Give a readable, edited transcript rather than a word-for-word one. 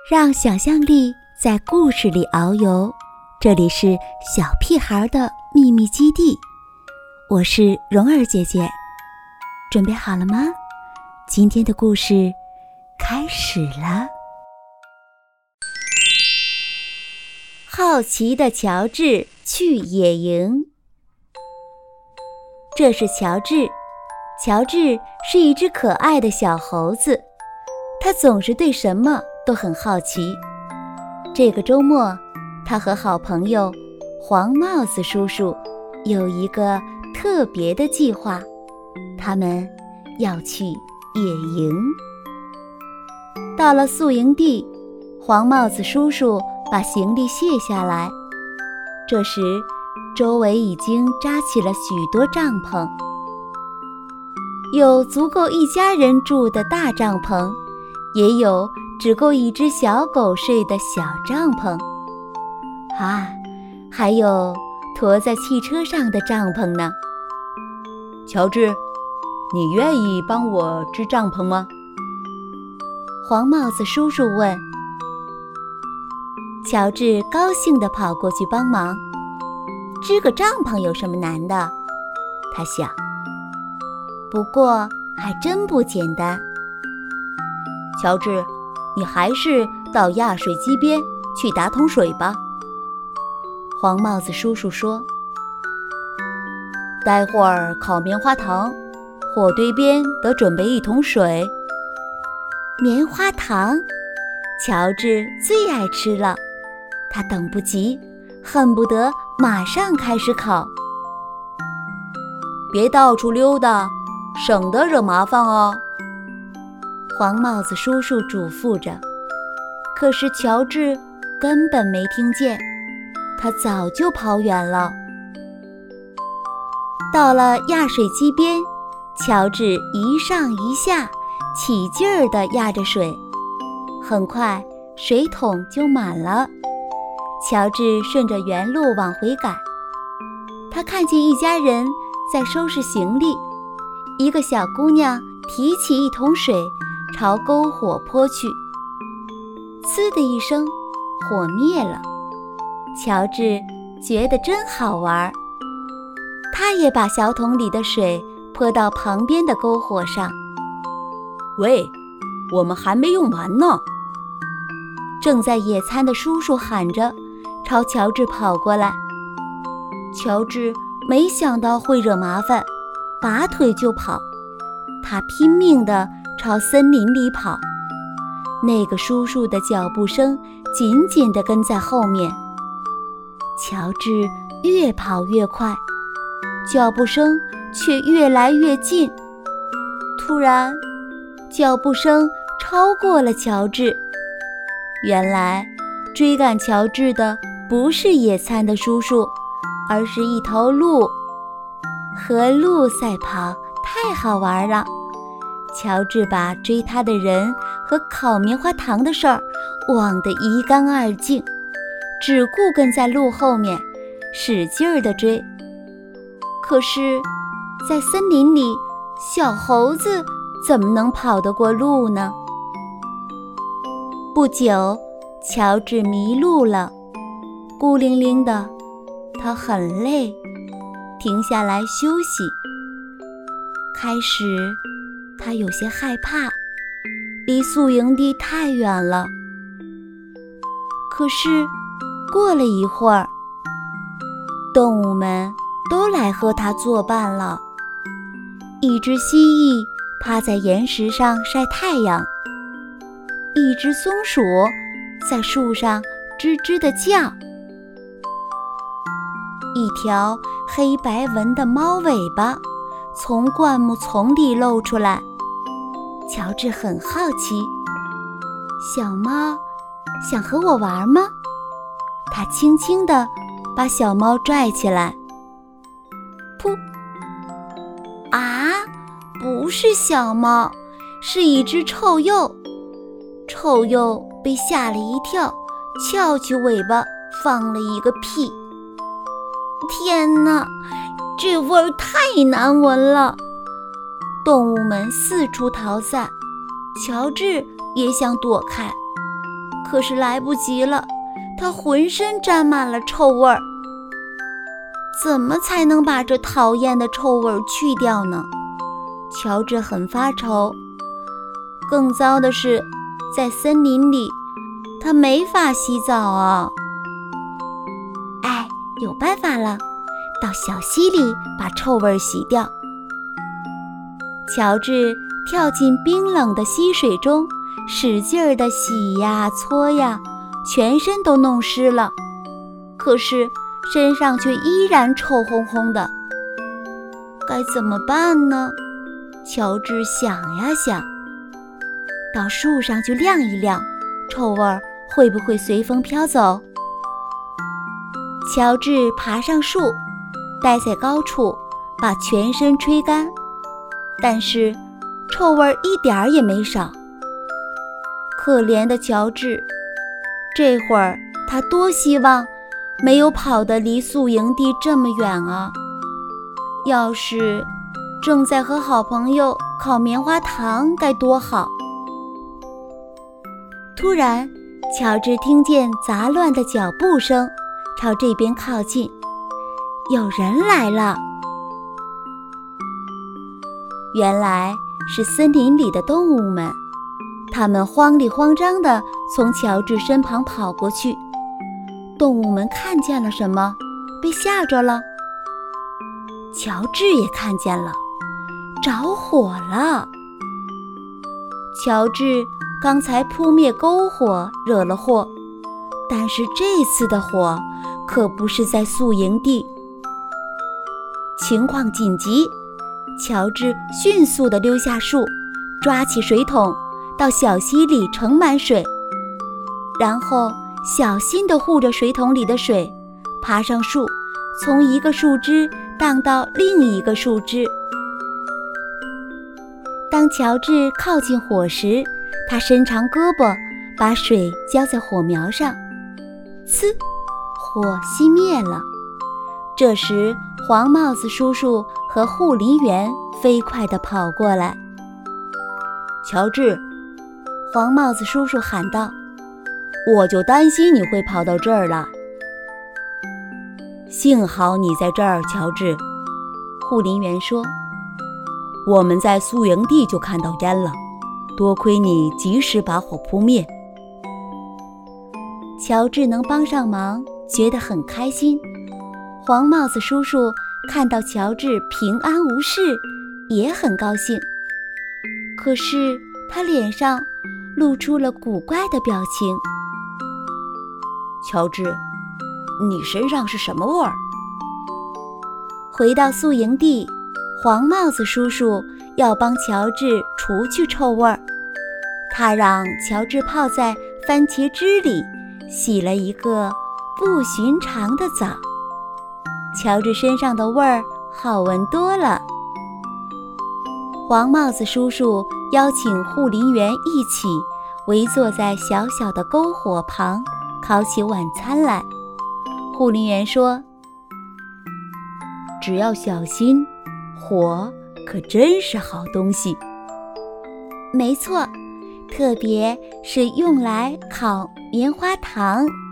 让想象力在故事里遨游，这里是小屁孩的秘密基地，我是蓉儿姐姐，准备好了吗？今天的故事开始了。好奇的乔治去野营。这是乔治，乔治是一只可爱的小猴子，他总是对什么都很好奇。这个周末，他和好朋友黄帽子叔叔有一个特别的计划，他们要去野营。到了宿营地，黄帽子叔叔把行李卸下来，这时周围已经扎起了许多帐篷，有足够一家人住的大帐篷，也有只够一只小狗睡的小帐篷，还有驮在汽车上的帐篷呢。 乔治，你愿意帮我支帐篷吗？ 黄帽子叔叔问。乔治高兴地跑过去帮忙。支个帐篷有什么难的？他想。不过还真不简单。 乔治，你还是到压水机边去打桶水吧。 黄帽子叔叔说。 待会儿烤棉花糖，火堆边得准备一桶水。 棉花糖，乔治最爱吃了，他等不及，恨不得马上开始烤。 别到处溜达，省得惹麻烦哦。 黄帽子叔叔嘱咐着，可是乔治根本没听见，他早就跑远了。到了压水机边，乔治一上一下，起劲儿地压着水，很快水桶就满了。乔治顺着原路往回赶，他看见一家人在收拾行李，一个小姑娘提起一桶水朝篝火泼去，呲的一声，火灭了。乔治觉得真好玩，他也把小桶里的水泼到旁边的篝火上。 喂，我们还没用完呢！ 正在野餐的叔叔喊着，朝乔治跑过来。乔治没想到会惹麻烦，拔腿就跑。他拼命地朝森林里跑，那个叔叔的脚步声紧紧地跟在后面。乔治越跑越快，脚步声却越来越近。突然，脚步声超过了乔治。原来，追赶乔治的不是野餐的叔叔，而是一头鹿。和鹿赛跑太好玩了。乔治把追他的人和烤棉花糖的事儿忘得一干二净，只顾跟在鹿后面使劲儿地追。可是，在森林里，小猴子怎么能跑得过鹿呢？不久，乔治迷路了，孤零零的，他很累，停下来休息。开始，他有些害怕，离宿营地太远了。可是，过了一会儿，动物们都来和他作伴了。一只蜥蜴趴在岩石上晒太阳，一只松鼠在树上吱吱地叫，一条黑白纹的猫尾巴从灌木丛里露出来。乔治很好奇，小猫想和我玩吗？他轻轻地把小猫拽起来。噗！不是小猫，是一只臭鼬。臭鼬被吓了一跳，翘起尾巴放了一个屁。天哪，这味儿太难闻了！动物们四处逃散，乔治也想躲开， 可是来不及了，他浑身沾满了臭味儿。怎么才能把这讨厌的臭味去掉呢？乔治很发愁。更糟的是，在森林里，他没法洗澡啊。哎，有办法了，到小溪里把臭味洗掉。乔治跳进冰冷的溪水中，使劲儿地洗呀搓呀，全身都弄湿了。可是身上却依然臭烘烘的，该怎么办呢？乔治想呀想，到树上去晾一晾，臭味儿会不会随风飘走？乔治爬上树，待在高处，把全身吹干，但是臭味儿一点儿也没少。可怜的乔治，这会儿他多希望没有跑得离宿营地这么远啊！要是正在和好朋友烤棉花糖该多好。突然，乔治听见杂乱的脚步声朝这边靠近，有人来了。原来是森林里的动物们，他们慌里慌张地从乔治身旁跑过去。动物们看见了什么，被吓着了。乔治也看见了，着火了。乔治刚才扑灭篝火惹了祸，但是这次的火可不是在宿营地。情况紧急，乔治迅速地溜下树，抓起水桶到小溪里盛满水，然后小心地护着水桶里的水，爬上树，从一个树枝荡到另一个树枝。当乔治靠近火时，他伸长胳膊，把水浇在火苗上，呲，火熄灭了。这时，黄帽子叔叔和护林员飞快地跑过来。乔治，黄帽子叔叔喊道，我就担心你会跑到这儿来。幸好你在这儿，乔治，护林员说，我们在宿营地就看到烟了，多亏你及时把火扑灭。乔治能帮上忙，觉得很开心。黄帽子叔叔看到乔治平安无事，也很高兴。可是他脸上露出了古怪的表情。乔治，你身上是什么味儿？回到宿营地，黄帽子叔叔要帮乔治除去臭味儿。他让乔治泡在番茄汁里，洗了一个不寻常的澡。乔治身上的味儿好闻多了。黄帽子叔叔邀请护林员一起围坐在小小的篝火旁，烤起晚餐来。护林员说，只要小心，火可真是好东西。没错，特别是用来烤棉花糖。